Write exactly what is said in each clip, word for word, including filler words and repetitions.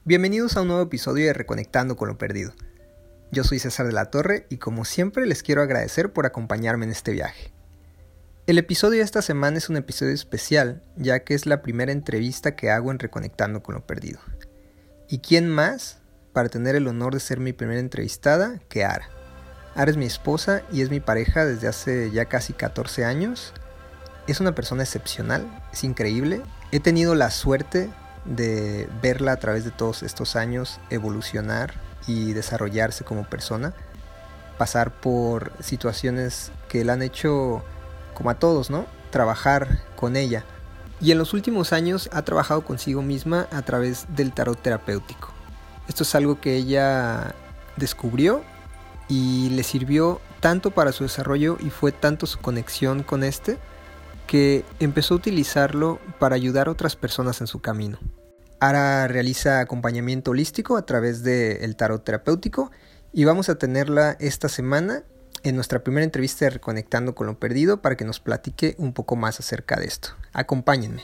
Bienvenidos a un nuevo episodio de Reconectando con lo Perdido. Yo soy César de la Torre y como siempre les quiero agradecer por acompañarme en este viaje. El episodio de esta semana es un episodio especial, ya que es la primera entrevista que hago en Reconectando con lo Perdido. ¿Y quién más para tener el honor de ser mi primera entrevistada que Ara? Ara es mi esposa y es mi pareja desde hace ya casi catorce años. Es una persona excepcional, es increíble. He tenido la suerte de verla a través de todos estos años evolucionar y desarrollarse como persona, pasar por situaciones que la han hecho, como a todos, ¿no?, trabajar con ella. Y en los últimos años ha trabajado consigo misma a través del tarot terapéutico. Esto es algo que ella descubrió y le sirvió tanto para su desarrollo y fue tanto su conexión con este que empezó a utilizarlo para ayudar a otras personas en su camino. Ara realiza acompañamiento holístico a través del tarot terapéutico y vamos a tenerla esta semana en nuestra primera entrevista de Reconectando con lo Perdido para que nos platique un poco más acerca de esto. Acompáñenme.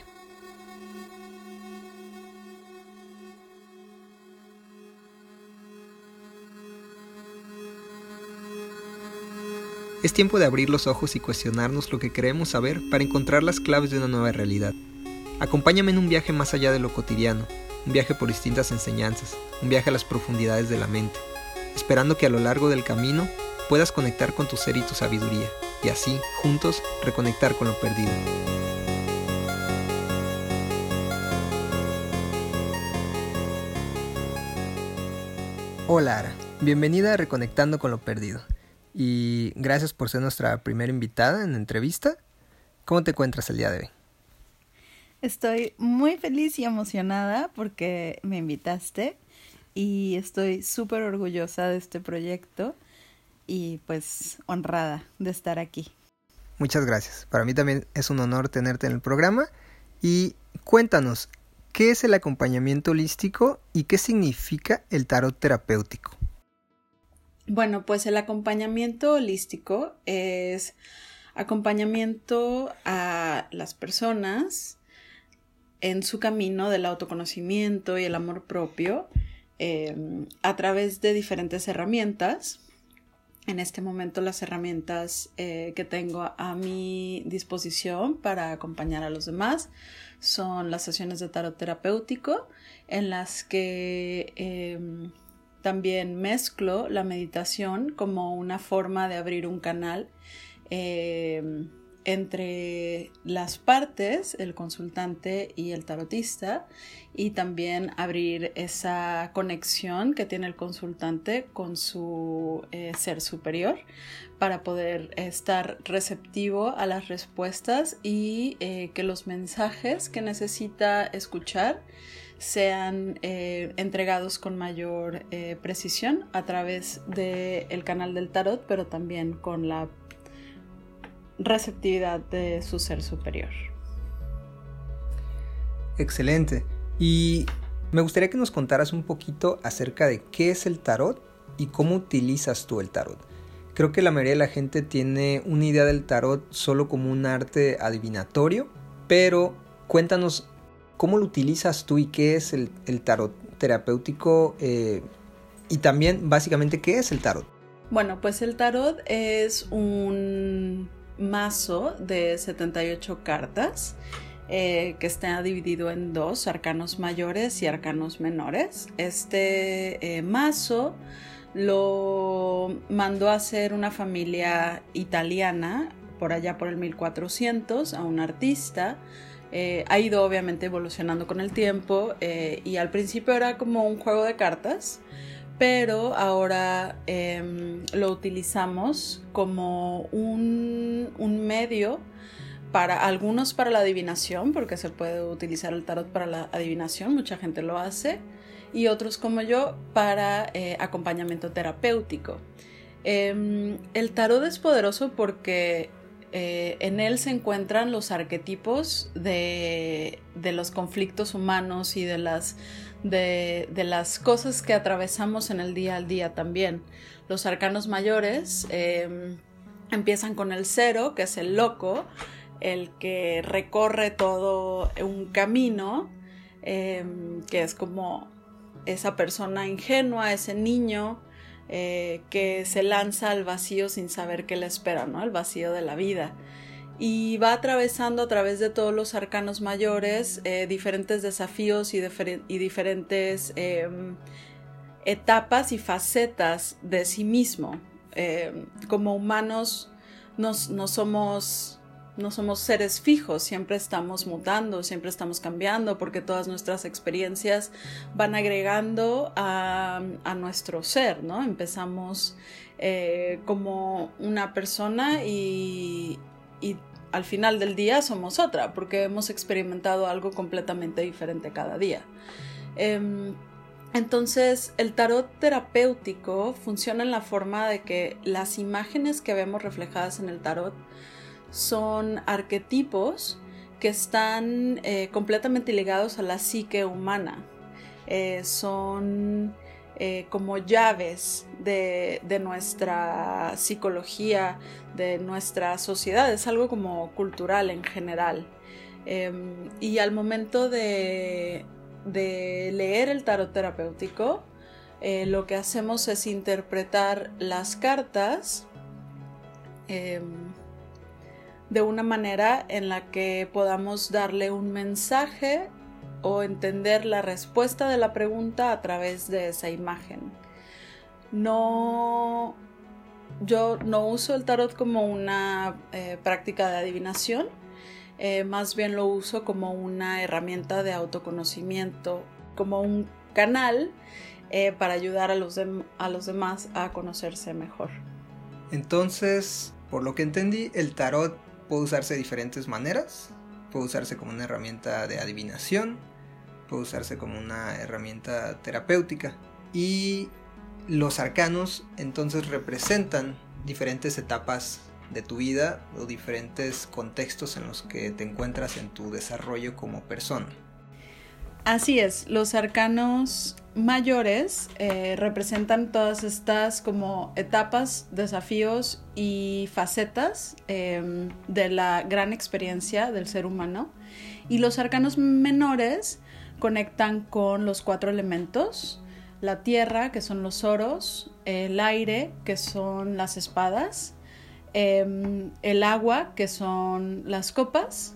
Es tiempo de abrir los ojos y cuestionarnos lo que queremos saber para encontrar las claves de una nueva realidad. Acompáñame en un viaje más allá de lo cotidiano, un viaje por distintas enseñanzas, un viaje a las profundidades de la mente, esperando que a lo largo del camino puedas conectar con tu ser y tu sabiduría, y así, juntos, reconectar con lo perdido. Hola Ara, bienvenida a Reconectando con lo Perdido. Y gracias por ser nuestra primera invitada en la entrevista. ¿Cómo te encuentras el día de hoy? Estoy muy feliz y emocionada porque me invitaste y estoy súper orgullosa de este proyecto y pues honrada de estar aquí. Muchas gracias. Para mí también es un honor tenerte en el programa. Y cuéntanos, ¿qué es el acompañamiento holístico y qué significa el tarot terapéutico? Bueno, pues el acompañamiento holístico es acompañamiento a las personas en su camino del autoconocimiento y el amor propio eh, a través de diferentes herramientas. En este momento las herramientas eh, que tengo a mi disposición para acompañar a los demás son las sesiones de tarot terapéutico en las que eh, también mezclo la meditación como una forma de abrir un canal eh, entre las partes, el consultante y el tarotista, y también abrir esa conexión que tiene el consultante con su eh, ser superior para poder estar receptivo a las respuestas y eh, que los mensajes que necesita escuchar sean eh, entregados con mayor eh, precisión a través del canal del tarot, pero también con la receptividad de su ser superior. Excelente. Y me gustaría que nos contaras un poquito acerca de qué es el tarot y cómo utilizas tú el tarot. Creo que la mayoría de la gente tiene una idea del tarot solo como un arte adivinatorio, pero cuéntanos cómo lo utilizas tú y qué es el, el tarot terapéutico eh, y también básicamente qué es el tarot. Bueno, pues el tarot es un mazo de setenta y ocho cartas eh, que está dividido en dos, arcanos mayores y arcanos menores. Este eh, mazo lo mandó a hacer una familia italiana por allá por el mil cuatrocientos a un artista. Eh, ha ido obviamente evolucionando con el tiempo eh, y al principio era como un juego de cartas, pero ahora eh, lo utilizamos como un, un medio para algunos para la adivinación, porque se puede utilizar el tarot para la adivinación, mucha gente lo hace, y otros como yo para eh, acompañamiento terapéutico. Eh, el tarot es poderoso porque eh, en él se encuentran los arquetipos de, de los conflictos humanos y de las De, de las cosas que atravesamos en el día al día también. Los arcanos mayores eh, empiezan con el cero, que es el loco, el que recorre todo un camino, eh, que es como esa persona ingenua, ese niño eh, que se lanza al vacío sin saber qué le espera, ¿no? El vacío de la vida. Y va atravesando a través de todos los arcanos mayores eh, diferentes desafíos y, difer- y diferentes eh, etapas y facetas de sí mismo. Eh, como humanos nos, no somos... No somos seres fijos, siempre estamos mutando, siempre estamos cambiando, porque todas nuestras experiencias van agregando a, a nuestro ser, ¿no? Empezamos eh, como una persona y, y al final del día somos otra, porque hemos experimentado algo completamente diferente cada día. Eh, Entonces, el tarot terapéutico funciona en la forma de que las imágenes que vemos reflejadas en el tarot son arquetipos que están eh, completamente ligados a la psique humana. Eh, son eh, como llaves de, de nuestra psicología, de nuestra sociedad. Es algo como cultural en general. Eh, y al momento de, de leer el tarot terapéutico, eh, lo que hacemos es interpretar las cartas eh, de una manera en la que podamos darle un mensaje o entender la respuesta de la pregunta a través de esa imagen. No, yo no uso el tarot como una eh, práctica de adivinación, eh, más bien lo uso como una herramienta de autoconocimiento, como un canal eh, para ayudar a los, de- a los demás a conocerse mejor. Entonces, por lo que entendí, el tarot puede usarse de diferentes maneras. Puede usarse como una herramienta de adivinación, puede usarse como una herramienta terapéutica. Y los arcanos entonces representan diferentes etapas de tu vida o diferentes contextos en los que te encuentras en tu desarrollo como persona. Así es, los arcanos mayores eh, representan todas estas como etapas, desafíos y facetas eh, de la gran experiencia del ser humano, y los arcanos menores conectan con los cuatro elementos: la tierra, que son los oros, el aire, que son las espadas, eh, el agua, que son las copas,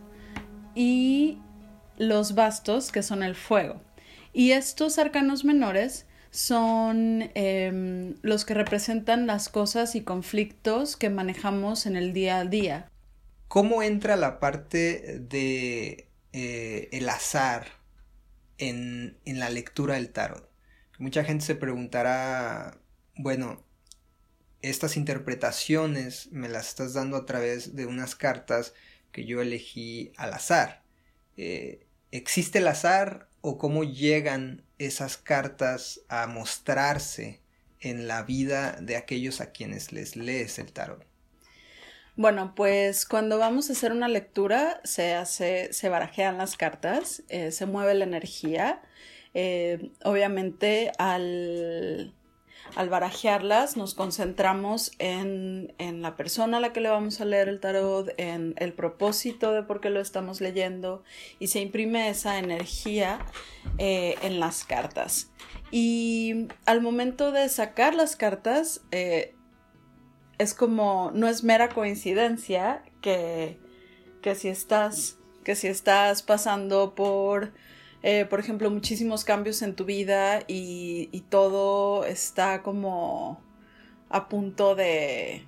y los bastos, que son el fuego. Y estos arcanos menores son eh, los que representan las cosas y conflictos que manejamos en el día a día. ¿Cómo entra la parte de eh, el azar en, en la lectura del tarot? Mucha gente se preguntará, bueno, estas interpretaciones me las estás dando a través de unas cartas que yo elegí al azar. Eh, ¿Existe el azar o cómo llegan esas cartas a mostrarse en la vida de aquellos a quienes les lees el tarot? Bueno, pues cuando vamos a hacer una lectura se hace, se barajean las cartas, eh, se mueve la energía. Eh, obviamente al, al barajearlas nos concentramos en, en la persona a la que le vamos a leer el tarot, en el propósito de por qué lo estamos leyendo, y se imprime esa energía eh, en las cartas. Y al momento de sacar las cartas, eh, es como, no es mera coincidencia que, que, si, estás, que si estás pasando por, eh, por ejemplo, muchísimos cambios en tu vida y, y todo está como a punto de,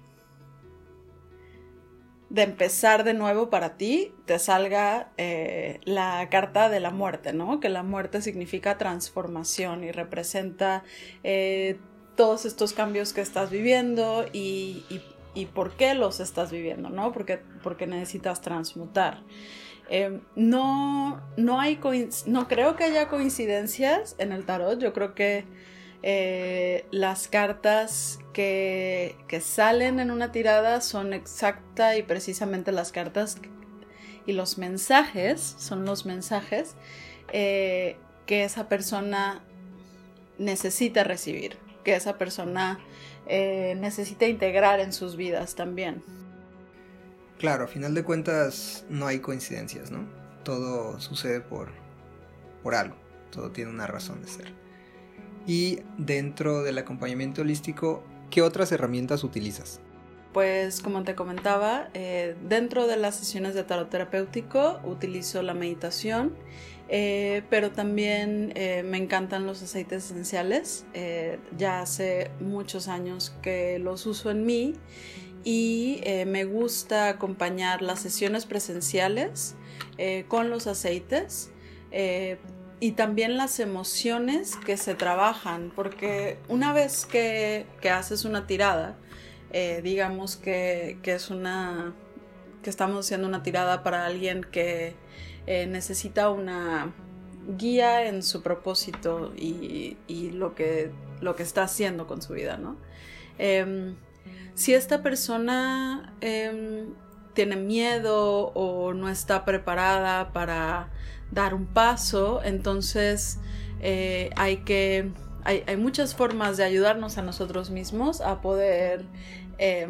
de empezar de nuevo para ti, te salga eh, la carta de la muerte, ¿no? Que la muerte significa transformación y representa Eh, todos estos cambios que estás viviendo y, y, y por qué los estás viviendo, ¿no? Porque, porque necesitas transmutar. Eh, no, no, hay no creo que haya coincidencias en el tarot. Yo creo que eh, las cartas que, que salen en una tirada son exacta y precisamente las cartas que, y los mensajes, son los mensajes eh, que esa persona necesita recibir, que esa persona eh, necesita integrar en sus vidas también. Claro, a final de cuentas no hay coincidencias, ¿no? Todo sucede por, por algo, todo tiene una razón de ser. Y dentro del acompañamiento holístico, ¿qué otras herramientas utilizas? Pues como te comentaba, eh, dentro de las sesiones de tarot terapéutico utilizo la meditación, eh, pero también eh, me encantan los aceites esenciales. Eh, ya hace muchos años que los uso en mí y eh, me gusta acompañar las sesiones presenciales eh, con los aceites eh, y también las emociones que se trabajan, porque una vez que, que haces una tirada, Eh, digamos que, que es una que estamos haciendo una tirada para alguien que eh, necesita una guía en su propósito y, y lo que, lo que está haciendo con su vida, ¿no? Eh, si esta persona eh, tiene miedo o no está preparada para dar un paso, entonces eh, hay que Hay, hay muchas formas de ayudarnos a nosotros mismos a poder eh,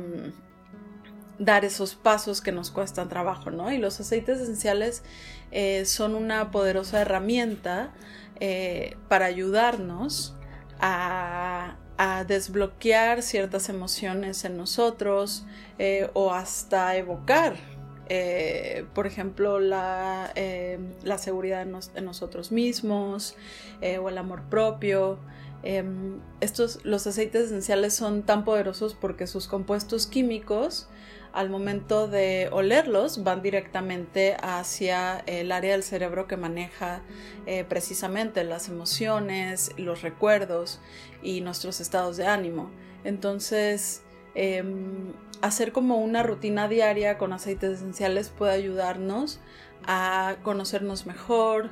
dar esos pasos que nos cuestan trabajo, ¿no? Y los aceites esenciales eh, son una poderosa herramienta eh, para ayudarnos a, a desbloquear ciertas emociones en nosotros eh, o hasta evocar Eh, por ejemplo, la, eh, la seguridad en, nos, en nosotros mismos eh, o el amor propio. Eh, estos, los aceites esenciales son tan poderosos porque sus compuestos químicos, al momento de olerlos, van directamente hacia el área del cerebro que maneja eh, precisamente las emociones, los recuerdos y nuestros estados de ánimo. Entonces, Eh, hacer como una rutina diaria con aceites esenciales puede ayudarnos a conocernos mejor,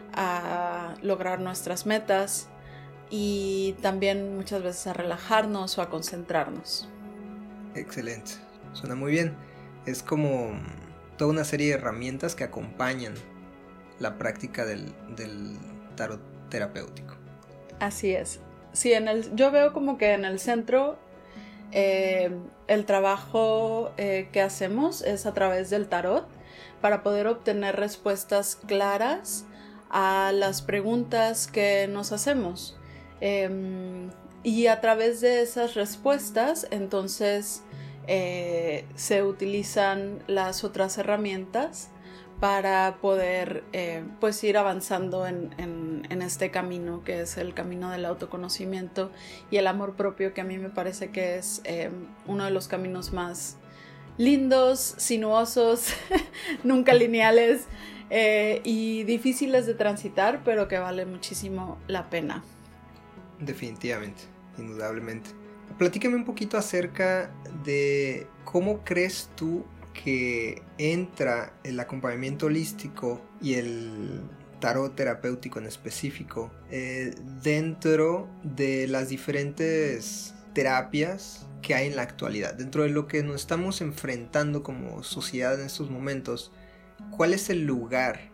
a lograr nuestras metas y también muchas veces a relajarnos o a concentrarnos. Excelente, suena muy bien. Es como toda una serie de herramientas que acompañan la práctica del, del tarot terapéutico. Así es. Sí, en el, yo veo como que en el centro Eh, el trabajo eh, que hacemos es a través del tarot para poder obtener respuestas claras a las preguntas que nos hacemos eh, y a través de esas respuestas entonces eh, se utilizan las otras herramientas para poder eh, pues ir avanzando en, en, en este camino que es el camino del autoconocimiento y el amor propio, que a mí me parece que es eh, uno de los caminos más lindos, sinuosos, nunca lineales eh, y difíciles de transitar, pero que vale muchísimo la pena. Definitivamente, indudablemente. Platícame un poquito acerca de cómo crees tú que entra el acompañamiento holístico y el tarot terapéutico en específico eh, dentro de las diferentes terapias que hay en la actualidad, dentro de lo que nos estamos enfrentando como sociedad en estos momentos. ¿Cuál es el lugar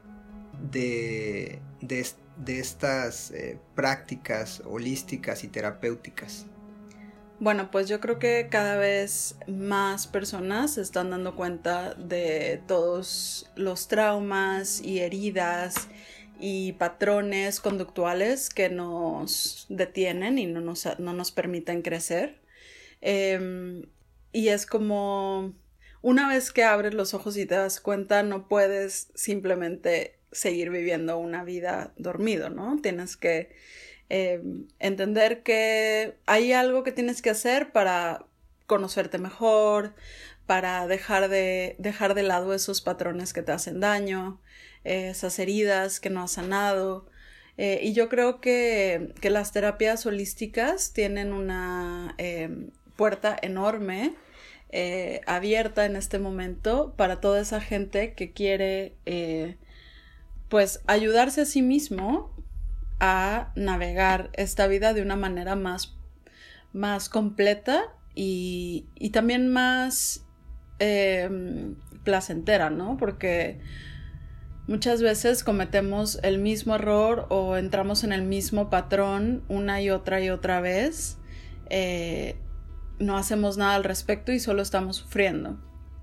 de, de, de estas eh, prácticas holísticas y terapéuticas? Bueno, pues yo creo que cada vez más personas se están dando cuenta de todos los traumas y heridas y patrones conductuales que nos detienen y no nos, no nos permiten crecer. Eh, y es como una vez que abres los ojos y te das cuenta, no puedes simplemente seguir viviendo una vida dormido, ¿no? Tienes que Eh, entender que hay algo que tienes que hacer para conocerte mejor, para dejar de, dejar de lado esos patrones que te hacen daño, eh, esas heridas que no has sanado. Eh, y yo creo que, que las terapias holísticas tienen una eh, puerta enorme eh, abierta en este momento para toda esa gente que quiere eh, pues ayudarse a sí mismo a navegar esta vida de una manera más, más completa y, y también más eh, placentera, ¿no? Porque muchas veces cometemos el mismo error o entramos en el mismo patrón una y otra y otra vez. Eh, no hacemos nada al respecto y solo estamos sufriendo.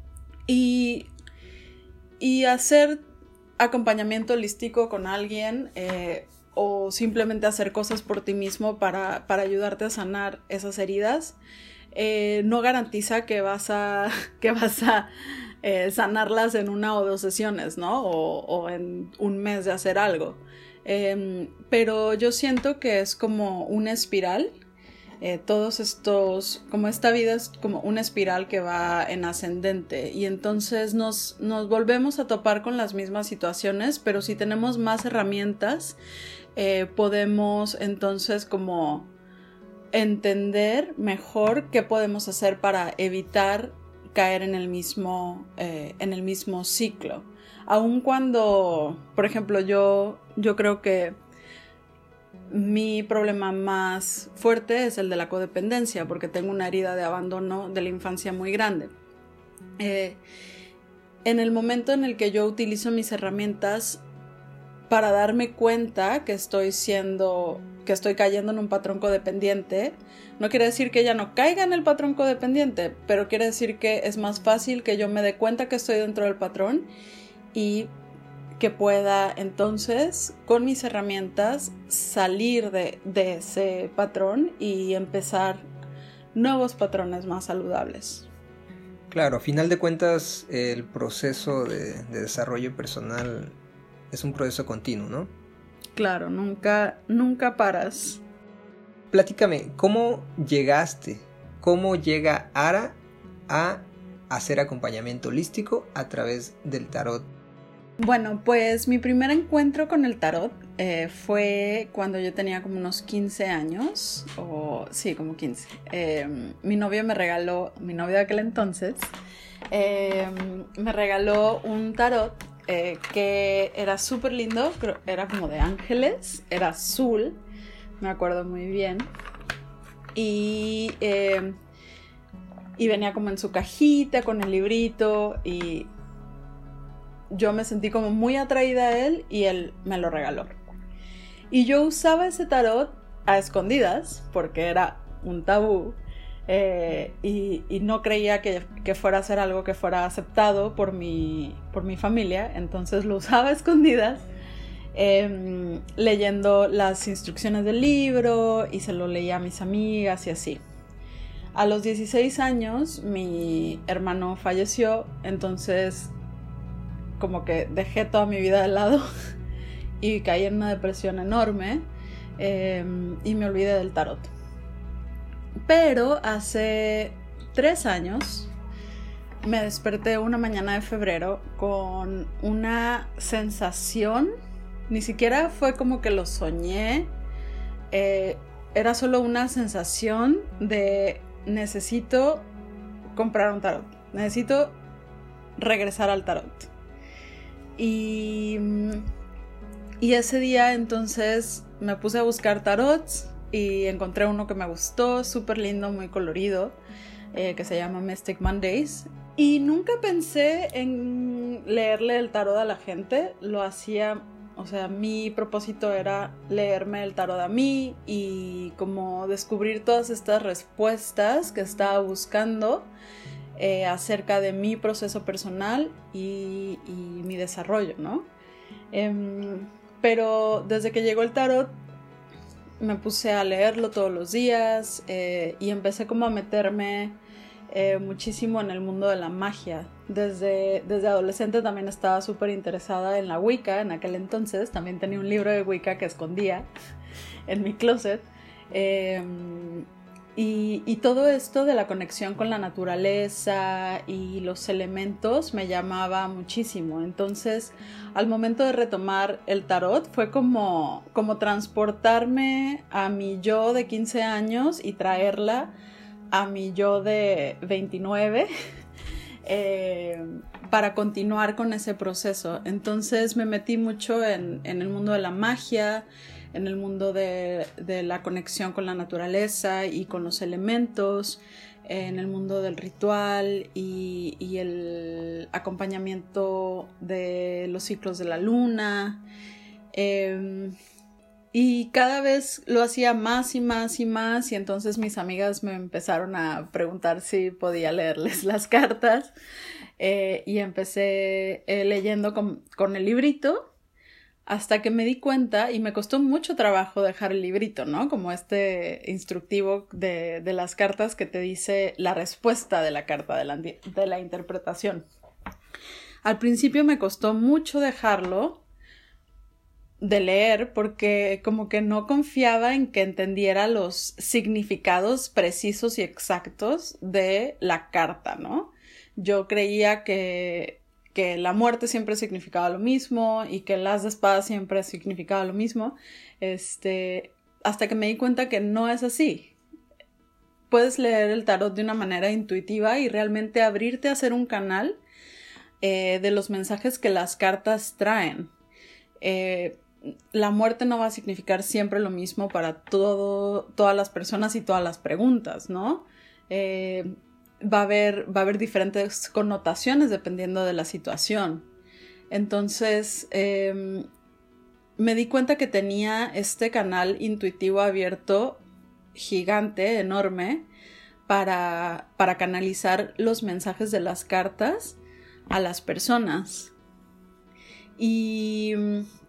Y, y hacer acompañamiento holístico con alguien eh, o simplemente hacer cosas por ti mismo para, para ayudarte a sanar esas heridas, eh, no garantiza que vas a, que vas a eh, sanarlas en una o dos sesiones, ¿no? O, o en un mes de hacer algo. Eh, pero yo siento que es como una espiral. Eh, todos estos, como esta vida es como una espiral que va en ascendente, y entonces nos, nos volvemos a topar con las mismas situaciones, pero si tenemos más herramientas, eh, podemos entonces como entender mejor qué podemos hacer para evitar caer en el mismo, eh, en el mismo ciclo. Aun cuando, por ejemplo, yo, yo creo que mi problema más fuerte es el de la codependencia, porque tengo una herida de abandono de la infancia muy grande. Eh, en el momento en el que yo utilizo mis herramientas para darme cuenta que estoy siendo, que estoy cayendo en un patrón codependiente, no quiere decir que ya no caiga en el patrón codependiente, pero quiere decir que es más fácil que yo me dé cuenta que estoy dentro del patrón y que pueda entonces con mis herramientas salir de, de ese patrón y empezar nuevos patrones más saludables. Claro, a final de cuentas el proceso de, de desarrollo personal es un proceso continuo, ¿no? Claro, nunca, nunca paras. Platícame, ¿cómo llegaste? ¿Cómo llega Ara a hacer acompañamiento holístico a través del tarot? Bueno, pues mi primer encuentro con el tarot eh, fue cuando yo tenía como unos quince años, o sí, como quince. Eh, mi novio me regaló, mi novio de aquel entonces, eh, me regaló un tarot eh, que era súper lindo, era como de ángeles, era azul, me acuerdo muy bien, y, eh, y venía como en su cajita con el librito, y yo me sentí como muy atraída a él y él me lo regaló. Y yo usaba ese tarot a escondidas porque era un tabú eh, y, y no creía que, que fuera a ser algo que fuera aceptado por mi, por mi familia. Entonces lo usaba a escondidas eh, leyendo las instrucciones del libro y se lo leía a mis amigas y así. A los dieciséis años mi hermano falleció, entonces como que dejé toda mi vida de lado y caí en una depresión enorme eh, y me olvidé del tarot. Pero hace tres años me desperté una mañana de febrero con una sensación, ni siquiera fue como que lo soñé, eh, era solo una sensación de necesito comprar un tarot, necesito regresar al tarot. Y, y ese día entonces me puse a buscar tarots y encontré uno que me gustó, súper lindo, muy colorido, eh, que se llama Mystic Mondays. Y nunca pensé en leerle el tarot a la gente, lo hacía, o sea, mi propósito era leerme el tarot a mí y como descubrir todas estas respuestas que estaba buscando Eh, acerca de mi proceso personal y, y mi desarrollo, ¿no? Eh, pero desde que llegó el tarot me puse a leerlo todos los días eh, y empecé como a meterme eh, muchísimo en el mundo de la magia. Desde, desde adolescente también estaba súper interesada en la Wicca, en aquel entonces también tenía un libro de Wicca que escondía en mi closet. Eh, Y, y todo esto de la conexión con la naturaleza y los elementos me llamaba muchísimo. Entonces, al momento de retomar el tarot, fue como, como transportarme a mi yo de quince años y traerla a mi yo de veintinueve eh, para continuar con ese proceso. Entonces, me metí mucho en, en el mundo de la magia, en el mundo de, de la conexión con la naturaleza y con los elementos, en el mundo del ritual y, y el acompañamiento de los ciclos de la luna. Eh, y cada vez lo hacía más y más y más, y entonces mis amigas me empezaron a preguntar si podía leerles las cartas, eh, y empecé eh, leyendo con, con el librito, Hasta que me di cuenta, y me costó mucho trabajo dejar el librito, ¿no? Como este instructivo de, de las cartas que te dice la respuesta de la carta, de la, de la interpretación. Al principio me costó mucho dejarlo de leer porque como que no confiaba en que entendiera los significados precisos y exactos de la carta, ¿no? Yo creía que, que la muerte siempre significaba lo mismo y que el as de espadas siempre significaba lo mismo, este, hasta que me di cuenta que no es así. Puedes leer el tarot de una manera intuitiva y realmente abrirte a hacer un canal eh, de los mensajes que las cartas traen. Eh, la muerte no va a significar siempre lo mismo para todo, todas las personas y todas las preguntas, ¿no? Eh, va a haber, va a haber diferentes connotaciones dependiendo de la situación. Entonces, eh, me di cuenta que tenía este canal intuitivo abierto, gigante, enorme, para, para canalizar los mensajes de las cartas a las personas. Y...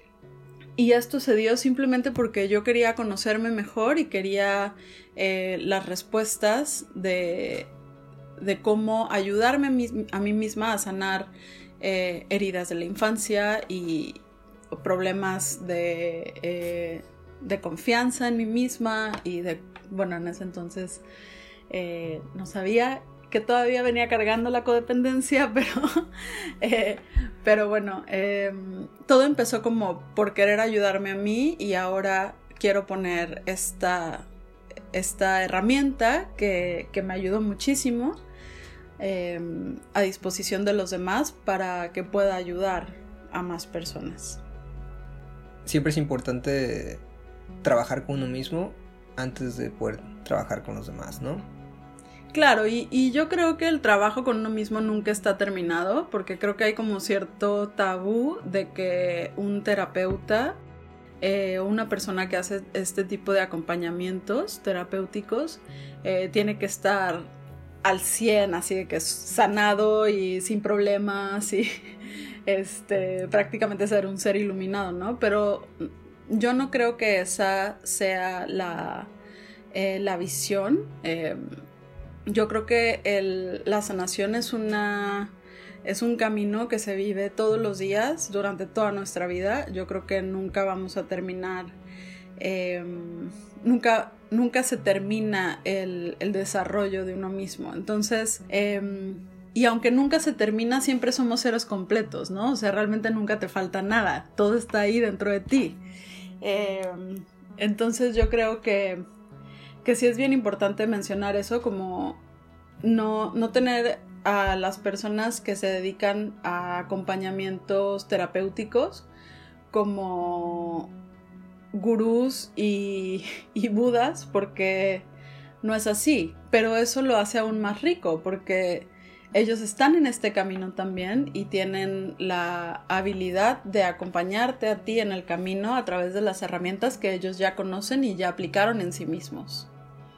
Y esto se dio simplemente porque yo quería conocerme mejor y quería eh, las respuestas de, de cómo ayudarme a mí, a mí misma a sanar eh, heridas de la infancia y problemas de, eh, de confianza en mí misma y de, bueno, en ese entonces eh, no sabía que todavía venía cargando la codependencia, pero, eh, pero bueno, eh, todo empezó como por querer ayudarme a mí y ahora quiero poner esta, esta herramienta que, que me ayudó muchísimo eh, a disposición de los demás para que pueda ayudar a más personas. Siempre es importante trabajar con uno mismo antes de poder trabajar con los demás, ¿no? Claro, y, y yo creo que el trabajo con uno mismo nunca está terminado, porque creo que hay como cierto tabú de que un terapeuta eh, o una persona que hace este tipo de acompañamientos terapéuticos eh, tiene que estar al cien, así de que es sanado y sin problemas y este, prácticamente ser un ser iluminado, ¿no? Pero yo no creo que esa sea la, eh, la visión. Eh, Yo creo que el, la sanación es, una, es un camino que se vive todos los días, durante toda nuestra vida. Yo creo que nunca vamos a terminar, eh, nunca, nunca se termina el, el desarrollo de uno mismo. Entonces, eh, y aunque nunca se termina, siempre somos seres completos, ¿no? O sea, realmente nunca te falta nada, todo está ahí dentro de ti. Eh, entonces yo creo que... que sí es bien importante mencionar eso, como no, no tener a las personas que se dedican a acompañamientos terapéuticos como gurús y, y budas, porque no es así, pero eso lo hace aún más rico, porque ellos están en este camino también y tienen la habilidad de acompañarte a ti en el camino a través de las herramientas que ellos ya conocen y ya aplicaron en sí mismos.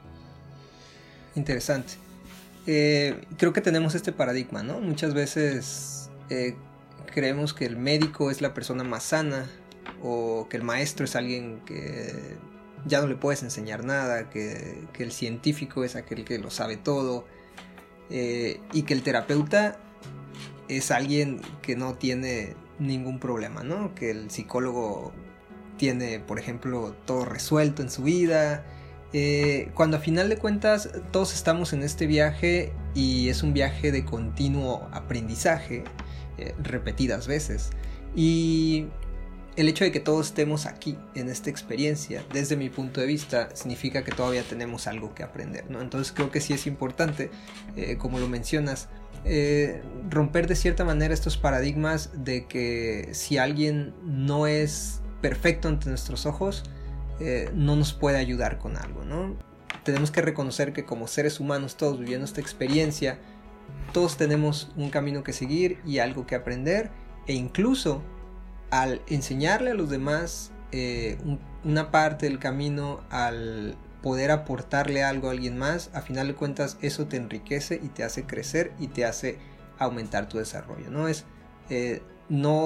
Interesante. Eh, creo que tenemos este paradigma, ¿no? Muchas veces eh, creemos que el médico es la persona más sana o que el maestro es alguien que ya no le puedes enseñar nada, que, que el científico es aquel que lo sabe todo eh, y que el terapeuta es alguien que no tiene ningún problema, ¿no? Que el psicólogo tiene, por ejemplo, todo resuelto en su vida. Eh, cuando a final de cuentas todos estamos en este viaje y es un viaje de continuo aprendizaje, eh, repetidas veces, y el hecho de que todos estemos aquí en esta experiencia, desde mi punto de vista, significa que todavía tenemos algo que aprender, ¿no? Entonces creo que sí es importante, eh, como lo mencionas, eh, romper de cierta manera estos paradigmas de que si alguien no es perfecto ante nuestros ojos, Eh, no nos puede ayudar con algo, ¿no? Tenemos que reconocer que como seres humanos, todos viviendo esta experiencia, todos tenemos un camino que seguir y algo que aprender, e incluso al enseñarle a los demás eh, un, una parte del camino, al poder aportarle algo a alguien más, a final de cuentas eso te enriquece y te hace crecer y te hace aumentar tu desarrollo, ¿no? Es, eh, no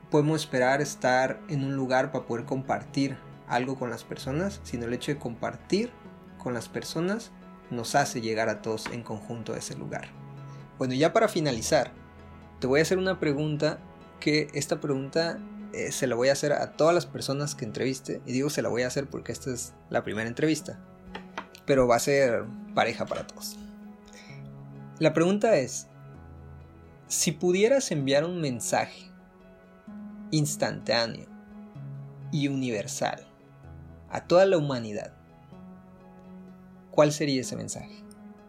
podemos esperar estar en un lugar para poder compartir algo con las personas, sino el hecho de compartir con las personas nos hace llegar a todos en conjunto a ese lugar. Bueno, ya para finalizar, te voy a hacer una pregunta, que esta pregunta eh, se la voy a hacer a todas las personas que entreviste, y digo se la voy a hacer porque esta es la primera entrevista, pero va a ser pareja para todos. La pregunta es, si pudieras enviar un mensaje instantáneo y universal a toda la humanidad, ¿cuál sería ese mensaje?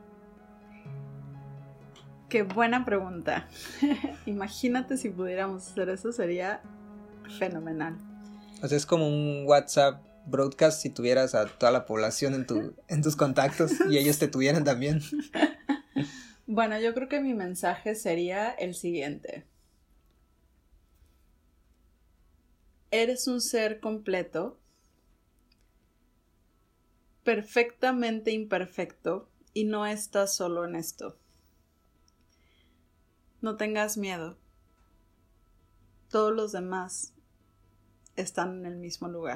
Qué buena pregunta. Imagínate si pudiéramos hacer eso, sería fenomenal. O sea, es como un WhatsApp broadcast si tuvieras a toda la población en, tu, en tus contactos y ellos te tuvieran también. Bueno, yo creo que mi mensaje sería el siguiente. Eres un ser completo, perfectamente imperfecto, y no estás solo en esto. No tengas miedo. Todos los demás están en el mismo lugar.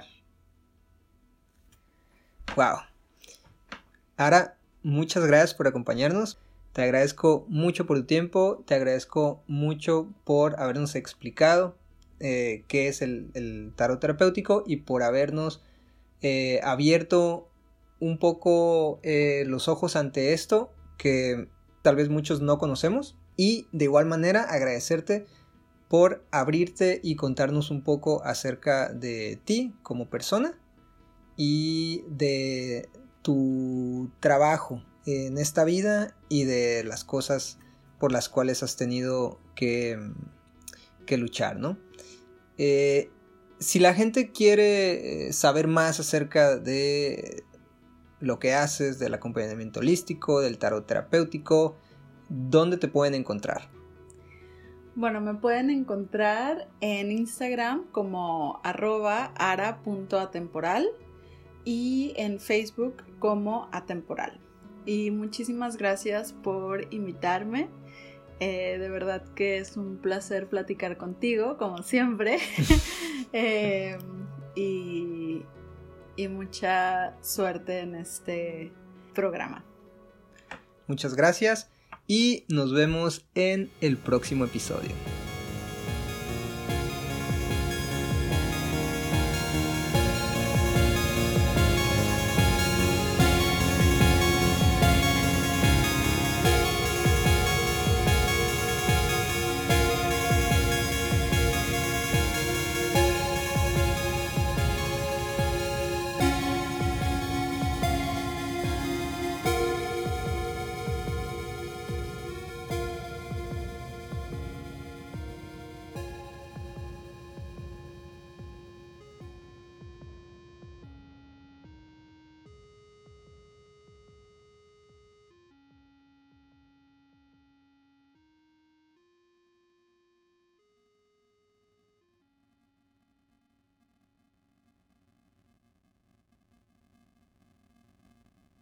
Wow. Ara, muchas gracias por acompañarnos. Te agradezco mucho por tu tiempo. Te agradezco mucho por habernos explicado eh, qué es el, el tarot terapéutico y por habernos eh, abierto un poco eh, los ojos ante esto que tal vez muchos no conocemos. Y de igual manera agradecerte por abrirte y contarnos un poco acerca de ti como persona y de tu trabajo en esta vida y de las cosas por las cuales has tenido que, que luchar, ¿no? Eh, si la gente quiere saber más acerca de lo que haces, del acompañamiento holístico, del tarot terapéutico, ¿dónde te pueden encontrar? Bueno, me pueden encontrar en Instagram como arroba ara punto atemporal y en Facebook como atemporal. Y muchísimas gracias por invitarme. Eh, de verdad que es un placer platicar contigo, como siempre. eh, y, y mucha suerte en este programa. Muchas gracias y nos vemos en el próximo episodio.